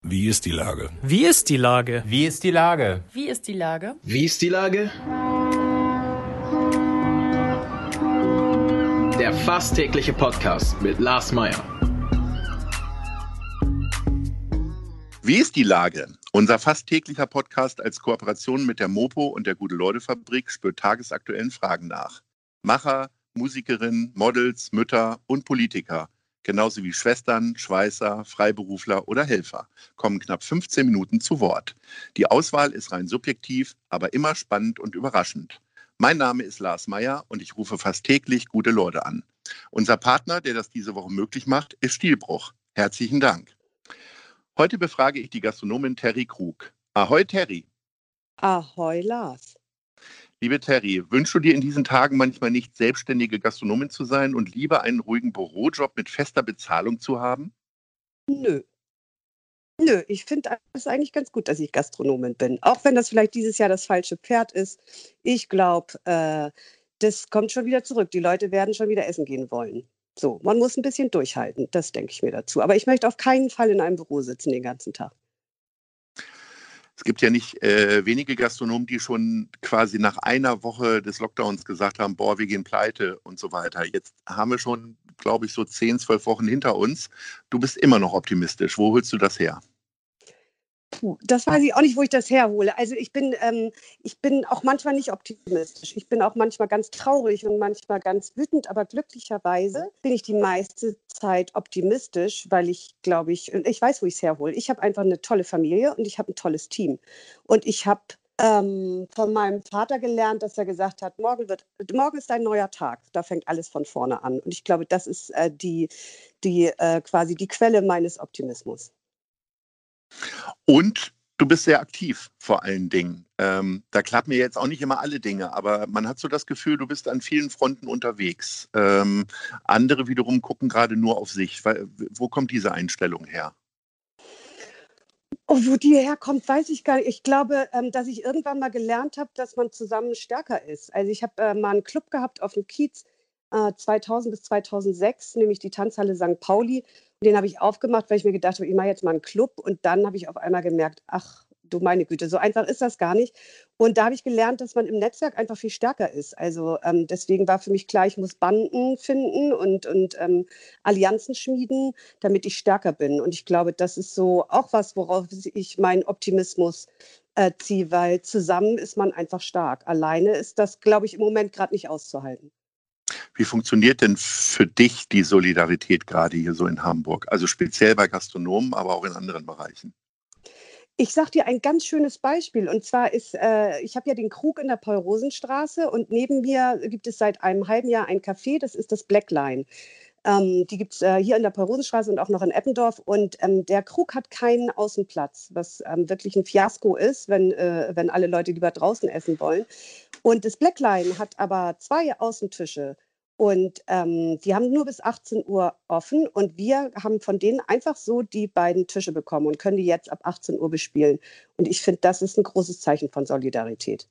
Wie ist die Lage? Wie ist die Lage? Wie ist die Lage? Wie ist die Lage? Wie ist die Lage? Der fast tägliche Podcast mit Lars Meyer. Wie ist die Lage? Unser fast täglicher Podcast als Kooperation mit der Mopo und der Gute-Leute-Fabrik spürt tagesaktuellen Fragen nach. Macher, Musikerinnen, Models, Mütter und Politiker, genauso wie Schwestern, Schweißer, Freiberufler oder Helfer, kommen knapp 15 Minuten zu Wort. Die Auswahl ist rein subjektiv, aber immer spannend und überraschend. Mein Name ist Lars Meyer und ich rufe fast täglich gute Leute an. Unser Partner, der das diese Woche möglich macht, ist Stielbruch. Herzlichen Dank. Heute befrage ich die Gastronomin Terry Krug. Ahoi Terry. Ahoi Lars. Liebe Terry, wünschst du dir in diesen Tagen manchmal nicht, selbstständige Gastronomin zu sein und lieber einen ruhigen Bürojob mit fester Bezahlung zu haben? Nö, ich finde es eigentlich ganz gut, dass ich Gastronomin bin. Auch wenn das vielleicht dieses Jahr das falsche Pferd ist. Ich glaube, das kommt schon wieder zurück. Die Leute werden schon wieder essen gehen wollen. So, man muss ein bisschen durchhalten, das denke ich mir dazu. Aber ich möchte auf keinen Fall in einem Büro sitzen den ganzen Tag. Es gibt ja nicht wenige Gastronomen, die schon quasi nach einer Woche des Lockdowns gesagt haben, boah, wir gehen pleite und so weiter. Jetzt haben wir schon, glaube ich, so 10, 12 Wochen hinter uns. Du bist immer noch optimistisch. Wo holst du das her? Das weiß ich auch nicht, wo ich das herhole. Also ich bin auch manchmal nicht optimistisch. Ich bin auch manchmal ganz traurig und manchmal ganz wütend, aber glücklicherweise bin ich die meiste Zeit optimistisch, weil ich weiß, wo ich es herhole. Ich habe einfach eine tolle Familie und ich habe ein tolles Team. Und ich habe von meinem Vater gelernt, dass er gesagt hat, morgen ist ein neuer Tag. Da fängt alles von vorne an. Und ich glaube, das ist quasi die Quelle meines Optimismus. Und du bist sehr aktiv vor allen Dingen. Da klappen mir jetzt auch nicht immer alle Dinge, aber man hat so das Gefühl, du bist an vielen Fronten unterwegs. Andere wiederum gucken gerade nur auf sich. Wo kommt diese Einstellung her? Oh, wo die herkommt, weiß ich gar nicht. Ich glaube, dass ich irgendwann mal gelernt habe, dass man zusammen stärker ist. Also ich habe mal einen Club gehabt auf dem Kiez 2000 bis 2006, nämlich die Tanzhalle St. Pauli. Den habe ich aufgemacht, weil ich mir gedacht habe, ich mache jetzt mal einen Club. Und dann habe ich auf einmal gemerkt, ach du meine Güte, so einfach ist das gar nicht. Und da habe ich gelernt, dass man im Netzwerk einfach viel stärker ist. Also deswegen war für mich klar, ich muss Banden finden und Allianzen schmieden, damit ich stärker bin. Und ich glaube, das ist so auch was, worauf ich meinen Optimismus ziehe, weil zusammen ist man einfach stark. Alleine ist das, glaube ich, im Moment gerade nicht auszuhalten. Wie funktioniert denn für dich die Solidarität gerade hier so in Hamburg? Also speziell bei Gastronomen, aber auch in anderen Bereichen. Ich sage dir ein ganz schönes Beispiel. Und zwar ich habe ja den Krug in der Paul-Rosen-Straße und neben mir gibt es seit einem halben Jahr ein Café, das ist das Black Line. Die gibt es hier in der Paul-Rosen-Straße und auch noch in Eppendorf. Und der Krug hat keinen Außenplatz, was wirklich ein Fiasko ist, wenn alle Leute lieber draußen essen wollen. Und das Black Line hat aber 2 Außentische. Und die haben nur bis 18 Uhr offen und wir haben von denen einfach so die beiden Tische bekommen und können die jetzt ab 18 Uhr bespielen. Und ich finde, das ist ein großes Zeichen von Solidarität.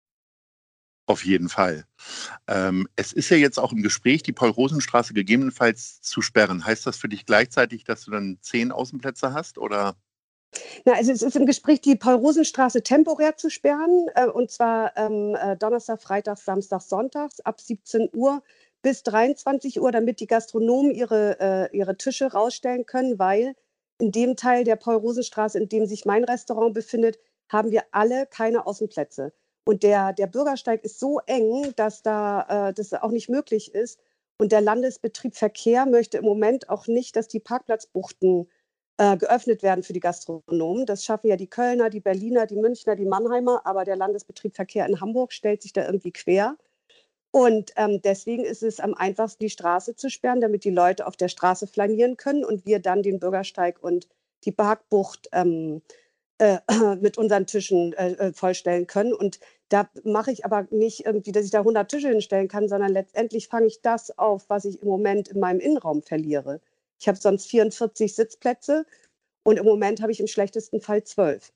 Auf jeden Fall. Es ist ja jetzt auch im Gespräch, die Paul-Rosen-Straße gegebenenfalls zu sperren. Heißt das für dich gleichzeitig, dass du dann 10 Außenplätze hast, oder? Na, also es ist im Gespräch, die Paul-Rosen-Straße temporär zu sperren. Und zwar Donnerstag, Freitag, Samstag, Sonntags ab 17 Uhr bis 23 Uhr, damit die Gastronomen ihre Tische rausstellen können, weil in dem Teil der Paul-Rosen-Straße, in dem sich mein Restaurant befindet, haben wir alle keine Außenplätze. Und der Bürgersteig ist so eng, dass das auch nicht möglich ist. Und der Landesbetrieb Verkehr möchte im Moment auch nicht, dass die Parkplatzbuchten geöffnet werden für die Gastronomen. Das schaffen ja die Kölner, die Berliner, die Münchner, die Mannheimer, aber der Landesbetrieb Verkehr in Hamburg stellt sich da irgendwie quer. Und deswegen ist es am einfachsten, die Straße zu sperren, damit die Leute auf der Straße flanieren können und wir dann den Bürgersteig und die Parkbucht mit unseren Tischen vollstellen können. Und da mache ich aber nicht irgendwie, dass ich da 100 Tische hinstellen kann, sondern letztendlich fange ich das auf, was ich im Moment in meinem Innenraum verliere. Ich habe sonst 44 Sitzplätze und im Moment habe ich im schlechtesten Fall 12.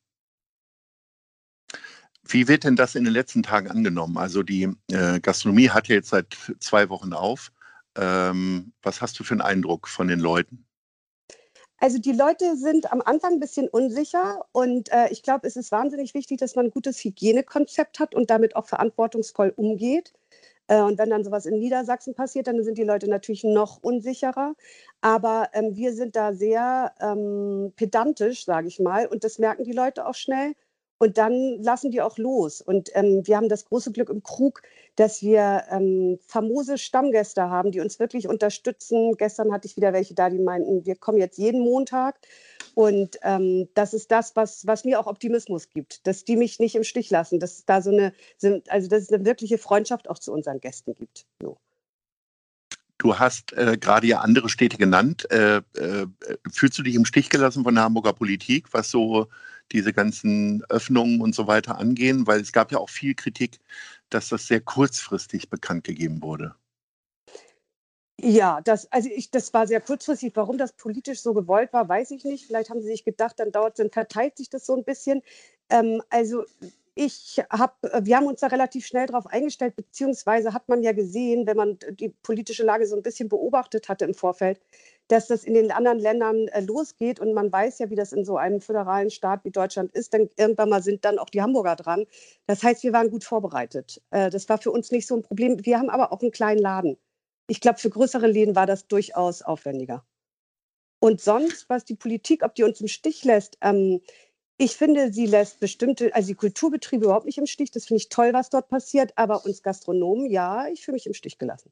Wie wird denn das in den letzten Tagen angenommen? Also die Gastronomie hat ja jetzt seit 2 Wochen auf. Was hast du für einen Eindruck von den Leuten? Also die Leute sind am Anfang ein bisschen unsicher und ich glaube, es ist wahnsinnig wichtig, dass man ein gutes Hygienekonzept hat und damit auch verantwortungsvoll umgeht. Und wenn dann sowas in Niedersachsen passiert, dann sind die Leute natürlich noch unsicherer. Aber wir sind da sehr pedantisch, sage ich mal, und das merken die Leute auch schnell. Und dann lassen die auch los. Und wir haben das große Glück im Krug, dass wir famose Stammgäste haben, die uns wirklich unterstützen. Gestern hatte ich wieder welche da, die meinten, wir kommen jetzt jeden Montag. Und das ist das, was mir auch Optimismus gibt, dass die mich nicht im Stich lassen, dass es da also dass es eine wirkliche Freundschaft auch zu unseren Gästen gibt. So. Du hast gerade ja andere Städte genannt. Fühlst du dich im Stich gelassen von der Hamburger Politik, was so diese ganzen Öffnungen und so weiter angehen? Weil es gab ja auch viel Kritik, dass das sehr kurzfristig bekannt gegeben wurde. Ja, das war sehr kurzfristig. Warum das politisch so gewollt war, weiß ich nicht. Vielleicht haben sie sich gedacht, dann verteilt sich das so ein bisschen. Also wir haben uns da relativ schnell drauf eingestellt, beziehungsweise hat man ja gesehen, wenn man die politische Lage so ein bisschen beobachtet hatte im Vorfeld, dass das in den anderen Ländern losgeht und man weiß ja, wie das in so einem föderalen Staat wie Deutschland ist, dann irgendwann mal sind dann auch die Hamburger dran. Das heißt, wir waren gut vorbereitet. Das war für uns nicht so ein Problem. Wir haben aber auch einen kleinen Laden. Ich glaube, für größere Läden war das durchaus aufwendiger. Und sonst, was die Politik, ob die uns im Stich lässt, ich finde, sie lässt also die Kulturbetriebe überhaupt nicht im Stich. Das finde ich toll, was dort passiert. Aber uns Gastronomen, ja, ich fühle mich im Stich gelassen.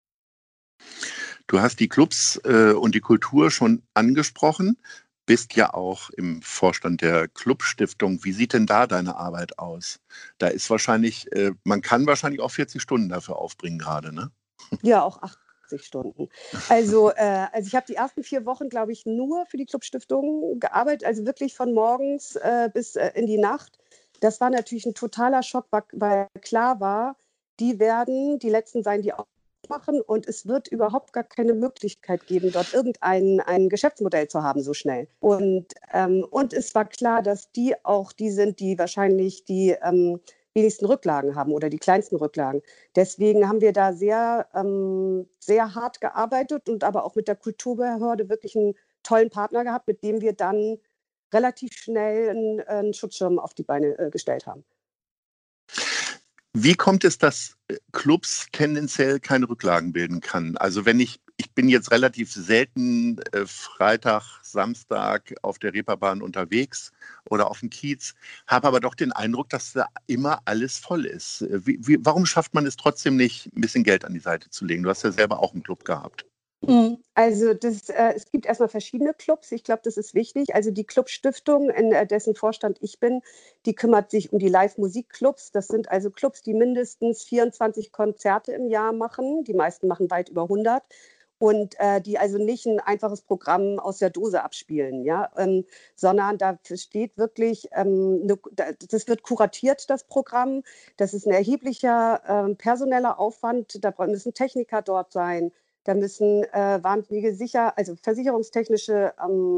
Du hast die Clubs und die Kultur schon angesprochen, bist ja auch im Vorstand der Clubstiftung. Wie sieht denn da deine Arbeit aus? Da ist wahrscheinlich, man kann wahrscheinlich auch 40 Stunden dafür aufbringen gerade, ne? Ja, auch 80 Stunden. Also ich habe die ersten 4 Wochen, glaube ich, nur für die Clubstiftung gearbeitet, also wirklich von morgens bis in die Nacht. Das war natürlich ein totaler Schock, weil klar war, die werden die Letzten sein, die aufmachen und es wird überhaupt gar keine Möglichkeit geben, dort ein Geschäftsmodell zu haben so schnell. Und es war klar, dass die auch die sind, die wahrscheinlich die wenigsten Rücklagen haben oder die kleinsten Rücklagen. Deswegen haben wir da sehr hart gearbeitet und aber auch mit der Kulturbehörde wirklich einen tollen Partner gehabt, mit dem wir dann relativ schnell einen Schutzschirm auf die Beine gestellt haben. Wie kommt es, dass Clubs tendenziell keine Rücklagen bilden kann? Also ich bin jetzt relativ selten Freitag, Samstag auf der Reeperbahn unterwegs oder auf dem Kiez, habe aber doch den Eindruck, dass da immer alles voll ist. Warum schafft man es trotzdem nicht, ein bisschen Geld an die Seite zu legen? Du hast ja selber auch einen Club gehabt. Also es gibt erstmal verschiedene Clubs. Ich glaube, das ist wichtig. Also die Clubstiftung, in dessen Vorstand ich bin, die kümmert sich um die Live-Musik-Clubs. Das sind also Clubs, die mindestens 24 Konzerte im Jahr machen. Die meisten machen weit über 100. Und die also nicht ein einfaches Programm aus der Dose abspielen, ja, sondern da steht wirklich, das wird kuratiert, das Programm. Das ist ein erheblicher personeller Aufwand. Da müssen Techniker dort sein. Da müssen wahnsinnige also versicherungstechnische,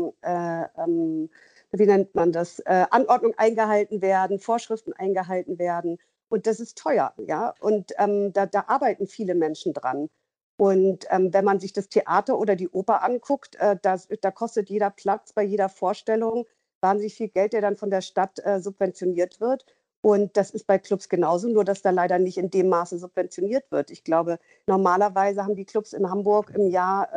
wie nennt man das, Anordnung eingehalten werden, Vorschriften eingehalten werden. Und das ist teuer, ja. Und da arbeiten viele Menschen dran. Und wenn man sich das Theater oder die Oper anguckt, da kostet jeder Platz bei jeder Vorstellung wahnsinnig viel Geld, der dann von der Stadt subventioniert wird. Und das ist bei Clubs genauso, nur dass da leider nicht in dem Maße subventioniert wird. Ich glaube, normalerweise haben die Clubs in Hamburg im Jahr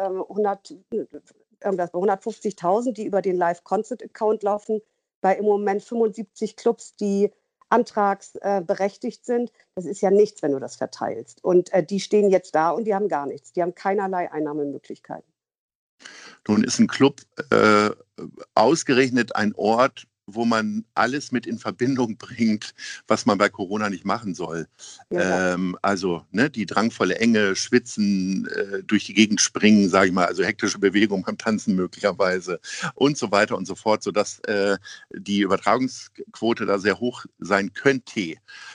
150.000, die über den Live-Concert-Account laufen, bei im Moment 75 Clubs, die antragsberechtigt sind. Das ist ja nichts, wenn du das verteilst. Und die stehen jetzt da und die haben gar nichts. Die haben keinerlei Einnahmemöglichkeiten. Nun ist ein Club ausgerechnet ein Ort, wo man alles mit in Verbindung bringt, was man bei Corona nicht machen soll. Ja. Also die drangvolle Enge, Schwitzen, durch die Gegend springen, sage ich mal, also hektische Bewegung beim Tanzen möglicherweise und so weiter und so fort, sodass die Übertragungsquote da sehr hoch sein könnte.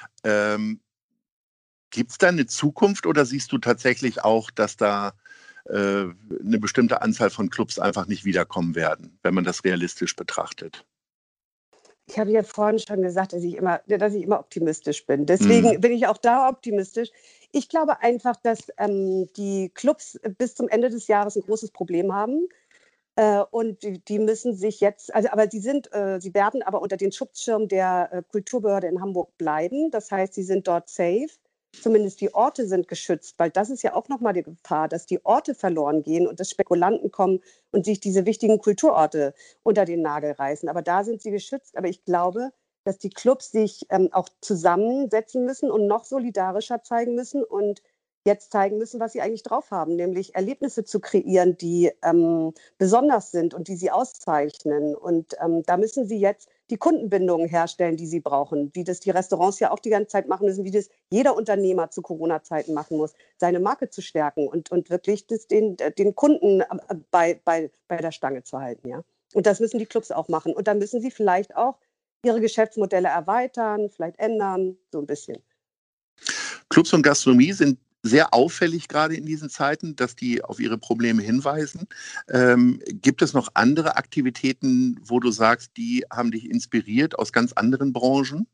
Gibt es da eine Zukunft oder siehst du tatsächlich auch, dass da eine bestimmte Anzahl von Clubs einfach nicht wiederkommen werden, wenn man das realistisch betrachtet? Ich habe ja vorhin schon gesagt, dass ich immer optimistisch bin. Deswegen bin ich auch da optimistisch. Ich glaube einfach, dass die Clubs bis zum Ende des Jahres ein großes Problem haben. Und die müssen sich jetzt, also aber sie werden aber unter den Schutzschirm der Kulturbehörde in Hamburg bleiben. Das heißt, sie sind dort safe. Zumindest die Orte sind geschützt, weil das ist ja auch nochmal die Gefahr, dass die Orte verloren gehen und dass Spekulanten kommen und sich diese wichtigen Kulturorte unter den Nagel reißen. Aber da sind sie geschützt. Aber ich glaube, dass die Clubs sich auch zusammensetzen müssen und noch solidarischer zeigen müssen und jetzt zeigen müssen, was sie eigentlich drauf haben, nämlich Erlebnisse zu kreieren, die besonders sind und die sie auszeichnen. Und da müssen sie jetzt die Kundenbindungen herstellen, die sie brauchen, wie das die Restaurants ja auch die ganze Zeit machen müssen, wie das jeder Unternehmer zu Corona-Zeiten machen muss, seine Marke zu stärken und wirklich den Kunden bei der Stange zu halten. Ja? Und das müssen die Clubs auch machen. Und dann müssen sie vielleicht auch ihre Geschäftsmodelle erweitern, vielleicht ändern, so ein bisschen. Clubs und Gastronomie sind sehr auffällig gerade in diesen Zeiten, dass die auf ihre Probleme hinweisen. Gibt es noch andere Aktivitäten, wo du sagst, die haben dich inspiriert aus ganz anderen Branchen?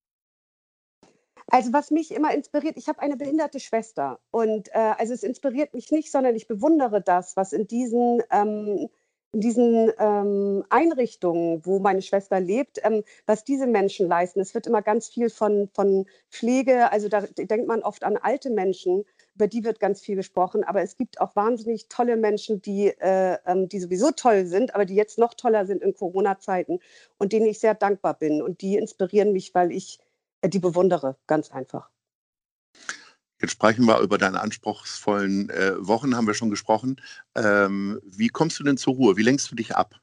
Also was mich immer inspiriert, ich habe eine behinderte Schwester und also es inspiriert mich nicht, sondern ich bewundere das, was in diesen Einrichtungen, wo meine Schwester lebt, was diese Menschen leisten. Es wird immer ganz viel von Pflege, also da denkt man oft an alte Menschen, über die wird ganz viel gesprochen, aber es gibt auch wahnsinnig tolle Menschen, die sowieso toll sind, aber die jetzt noch toller sind in Corona-Zeiten und denen ich sehr dankbar bin und die inspirieren mich, weil ich die bewundere, ganz einfach. Jetzt sprechen wir über deine anspruchsvollen Wochen, haben wir schon gesprochen. Wie kommst du denn zur Ruhe? Wie lenkst du dich ab?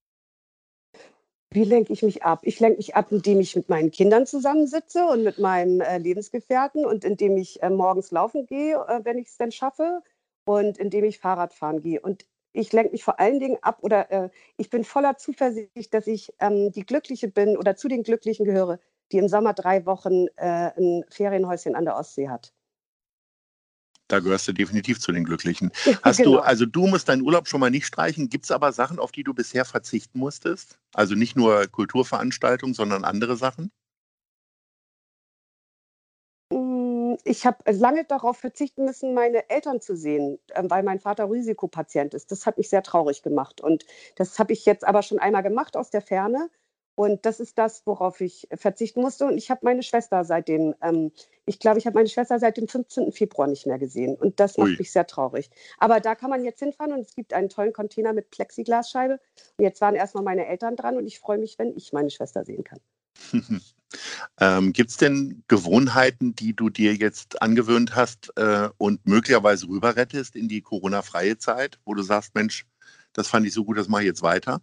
Wie lenke ich mich ab? Ich lenke mich ab, indem ich mit meinen Kindern zusammensitze und mit meinem Lebensgefährten und indem ich morgens laufen gehe, wenn ich es denn schaffe, und indem ich Fahrrad fahren gehe. Und ich lenke mich vor allen Dingen ab oder ich bin voller Zuversicht, dass ich die Glückliche bin oder zu den Glücklichen gehöre, die im Sommer 3 Wochen ein Ferienhäuschen an der Ostsee hat. Da gehörst du definitiv zu den Glücklichen. Genau. Also du musst deinen Urlaub schon mal nicht streichen. Gibt es aber Sachen, auf die du bisher verzichten musstest? Also nicht nur Kulturveranstaltungen, sondern andere Sachen? Ich habe lange darauf verzichten müssen, meine Eltern zu sehen, weil mein Vater Risikopatient ist. Das hat mich sehr traurig gemacht. Und das habe ich jetzt aber schon einmal gemacht aus der Ferne. Und das ist das, worauf ich verzichten musste. Und ich habe meine Schwester ich glaube, ich habe meine Schwester seit dem 15. Februar nicht mehr gesehen. Und das macht Ui. mich sehr traurig. Aber da kann man jetzt hinfahren und es gibt einen tollen Container mit Plexiglasscheibe. Und jetzt waren erstmal meine Eltern dran und ich freue mich, wenn ich meine Schwester sehen kann. Gibt es denn Gewohnheiten, die du dir jetzt angewöhnt hast und möglicherweise rüber rettest in die Corona-freie Zeit, wo du sagst, Mensch, das fand ich so gut, das mache ich jetzt weiter?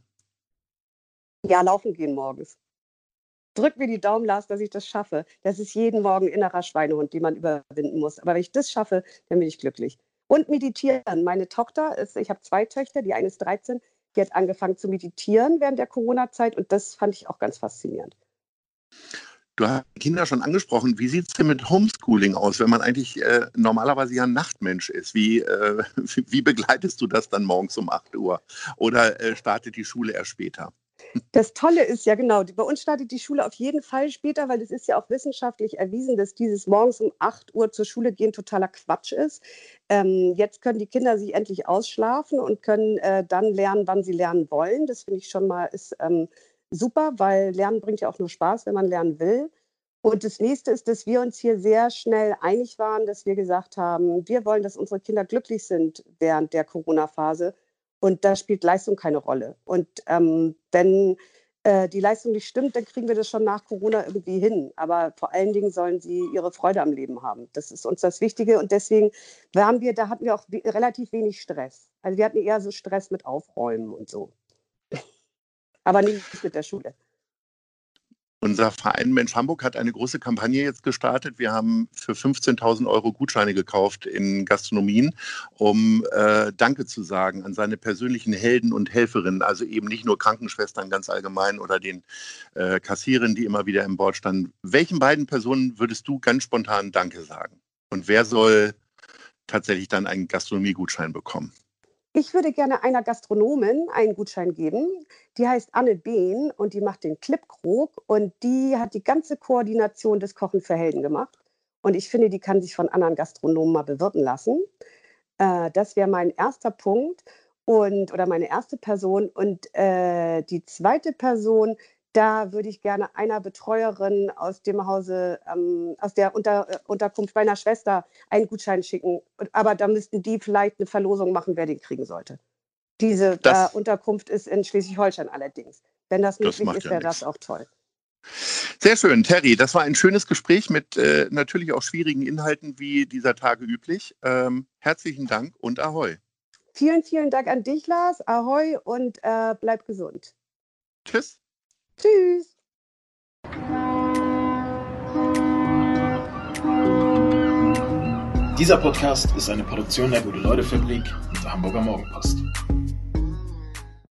Ja, laufen gehen morgens. Drück mir die Daumen, Lars, dass ich das schaffe. Das ist jeden Morgen ein innerer Schweinehund, den man überwinden muss. Aber wenn ich das schaffe, dann bin ich glücklich. Und meditieren. Meine Tochter ich habe 2 Töchter, die eine ist 13, die hat angefangen zu meditieren während der Corona-Zeit und das fand ich auch ganz faszinierend. Du hast die Kinder schon angesprochen. Wie sieht es denn mit Homeschooling aus, wenn man eigentlich normalerweise ja ein Nachtmensch ist? Wie begleitest du das dann morgens um 8 Uhr? Oder startet die Schule erst später? Das Tolle ist ja genau, bei uns startet die Schule auf jeden Fall später, weil es ist ja auch wissenschaftlich erwiesen, dass dieses morgens um 8 Uhr zur Schule gehen totaler Quatsch ist. Jetzt können die Kinder sich endlich ausschlafen und können dann lernen, wann sie lernen wollen. Das finde ich schon mal ist super, weil Lernen bringt ja auch nur Spaß, wenn man lernen will. Und das nächste ist, dass wir uns hier sehr schnell einig waren, dass wir gesagt haben, wir wollen, dass unsere Kinder glücklich sind während der Corona-Phase. Und da spielt Leistung keine Rolle. Und wenn die Leistung nicht stimmt, dann kriegen wir das schon nach Corona irgendwie hin. Aber vor allen Dingen sollen sie ihre Freude am Leben haben. Das ist uns das Wichtige. Und deswegen da hatten wir auch relativ wenig Stress. Also wir hatten eher so Stress mit Aufräumen und so. Aber nicht mit der Schule. Unser Verein Mensch Hamburg hat eine große Kampagne jetzt gestartet. Wir haben für 15.000 Euro Gutscheine gekauft in Gastronomien, um Danke zu sagen an seine persönlichen Helden und Helferinnen. Also eben nicht nur Krankenschwestern ganz allgemein oder den Kassierern, die immer wieder im Bord standen. Welchen beiden Personen würdest du ganz spontan Danke sagen? Und wer soll tatsächlich dann einen Gastronomiegutschein bekommen? Ich würde gerne einer Gastronomin einen Gutschein geben. Die heißt Anne Behn und die macht den Klippkrog und die hat die ganze Koordination des Kochen für Helden gemacht. Und ich finde, die kann sich von anderen Gastronomen mal bewirten lassen. Das wäre mein erster Punkt. oder meine erste Person. Und die zweite Person, da würde ich gerne einer Betreuerin aus dem Hause, aus der Unterkunft meiner Schwester einen Gutschein schicken. Aber da müssten die vielleicht eine Verlosung machen, wer den kriegen sollte. Diese Unterkunft ist in Schleswig-Holstein allerdings. Wenn das möglich ist, wäre das auch toll. Sehr schön, Terry. Das war ein schönes Gespräch mit natürlich auch schwierigen Inhalten wie dieser Tage üblich. Herzlichen Dank und Ahoi. Vielen, vielen Dank an dich, Lars. Ahoi und bleib gesund. Tschüss. Tschüss. Dieser Podcast ist eine Produktion der Gute-Leute-Fabrik und der Hamburger Morgenpost.